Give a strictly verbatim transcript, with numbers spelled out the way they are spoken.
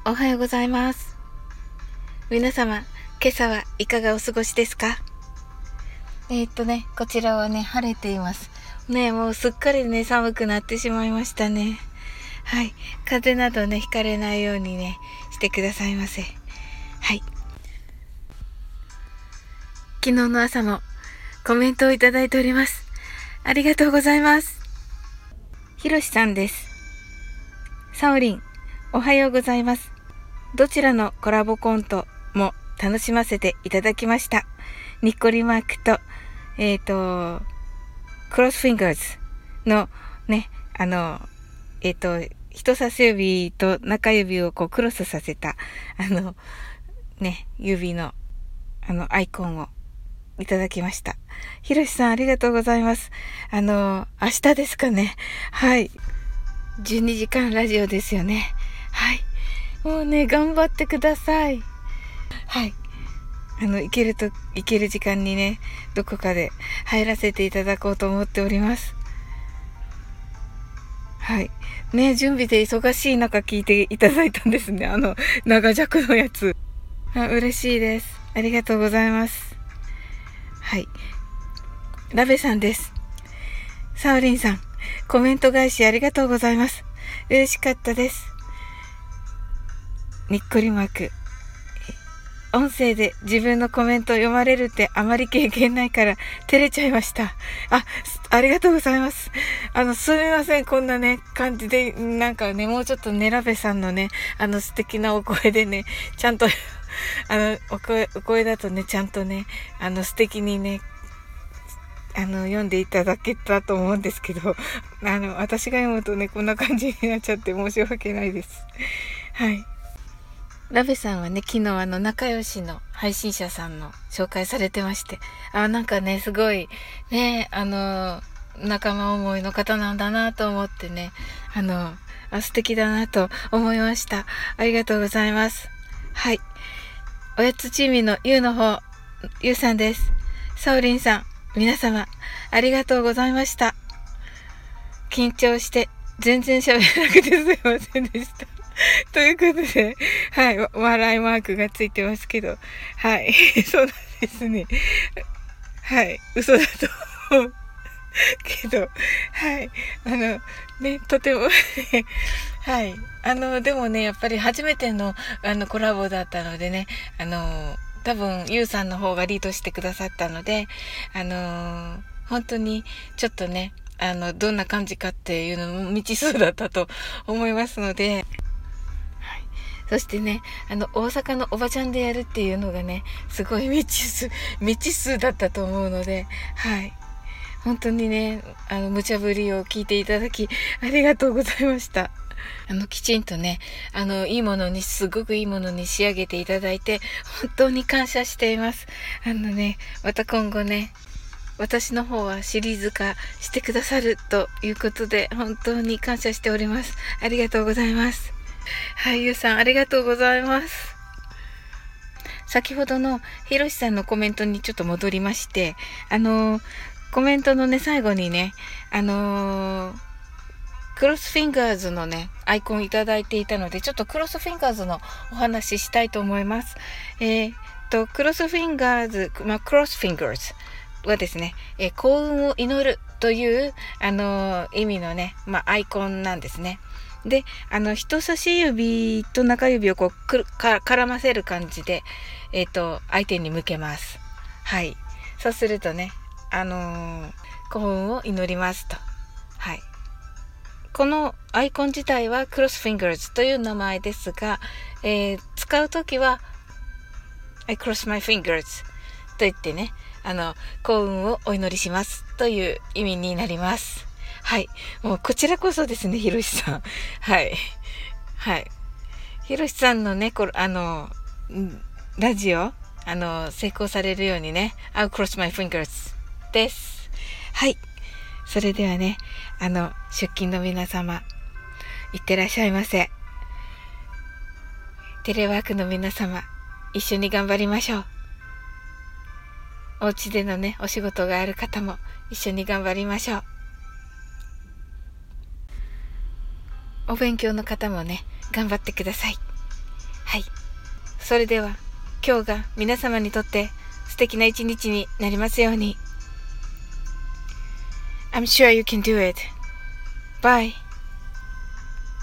おはようございます。皆様、今朝はいかがお過ごしですか？えー、っとね、こちらはね、晴れています。ね、もうすっかりね、寒くなってしまいましたね。はい。風邪などね、ひかれないようにね、してくださいませ。はい。昨日の朝もコメントをいただいております。ありがとうございます。ひろしさんです。さおりん、おはようございます。どちらのコラボコントも楽しませていただきました。にっこりマークと、えっと、クロスフィンガーズのね、あの、えっと、人差し指と中指をこうクロスさせた、あの、ね、指の、あの、アイコンをいただきました。ひろしさんありがとうございます。あの、明日ですかね。はい。じゅうにじかんラジオですよね。はい。もうね、頑張ってください。はい。あの、行けると、行ける時間にね、どこかで入らせていただこうと思っております。はい。ね、準備で忙しい中聞いていただいたんですね。あの、長尺のやつ。あ、嬉しいです。ありがとうございます。はい。ラベさんです。サオリンさん、コメント返しありがとうございます。嬉しかったです。にっこりマーク。音声で自分のコメント読まれるってあまり経験ないから照れちゃいました。あ、ありがとうございます。あの、すみません。こんなね、感じで、なんかね、もうちょっとね、ラベさんのね、あの素敵なお声でね、ちゃんとあの、お声、お声だとね、ちゃんとね、あの素敵にね、あの、読んでいただけたと思うんですけど、あの、私が読むとね、こんな感じになっちゃって申し訳ないです。はい。ラベさんはね、昨日あの仲良しの配信者さんの紹介されてまして、あ、なんかね、すごい、ね、あの、仲間思いの方なんだなと思ってね、あの、あ、素敵だなと思いました。ありがとうございます。はい。おやつチームのゆうの方、ゆうさんです。サオリンさん、皆様、ありがとうございました。緊張して、全然喋れなくてすいませんでした。ということで、はい、笑いマークがついてますけど、はい、そうなんですね。はい、嘘だと思うけど、はい、あの、ね、とてもはい、あの、でもね、やっぱり初めての、あの、コラボだったのでね、あの、多分、ゆうさんの方がリードしてくださったので、あの、本当に、ちょっとね、あの、どんな感じかっていうのも未知数だったと思いますので、そしてね、あの、大阪のおばちゃんでやるっていうのがね、すごい未知数、未知数だったと思うので、はい。本当にね、あの、無茶ぶりを聞いていただき、ありがとうございました。あの、きちんとね、あの、いいものに、すごくいいものに仕上げていただいて、本当に感謝しています。あのね、また今後ね、私の方はシリーズ化してくださるということで、本当に感謝しております。ありがとうございます。はい、ゆうさんありがとうございます。先ほどのひろしさんのコメントにちょっと戻りまして、あのー、コメントのね、最後にね、あのー、クロスフィンガーズのね、アイコンいただいていたので、ちょっとクロスフィンガーズのお話ししたいと思います。えー、と、クロスフィンガーズ、まあ、クロスフィンガーズはですね、えー、幸運を祈るという、あのー、意味のね、まあ、アイコンなんですね。で、あの、人差し指と中指をこう、くる、か、絡ませる感じで、えっと、相手に向けます。はい。そうするとね、あのー、幸運を祈りますと。はい。このアイコン自体はクロスフィンガーズという名前ですが、えー、使うときは、I cross my fingers と言ってね、あの、幸運をお祈りしますという意味になります。はい。もうこちらこそですね、ひろしさん。はい。はい。ひろしさんのね、これ、あの、ラジオ、あの、成功されるようにね、I'll cross my fingers です。はい。それではね、あの、出勤の皆様、いってらっしゃいませ。テレワークの皆様、一緒に頑張りましょう。お家でのね、お仕事がある方も一緒に頑張りましょう。お勉強の方もね、頑張ってください。 はい。それでは、今日が皆様にとって素敵な一日になりますように。I'm sure you can do it. Bye.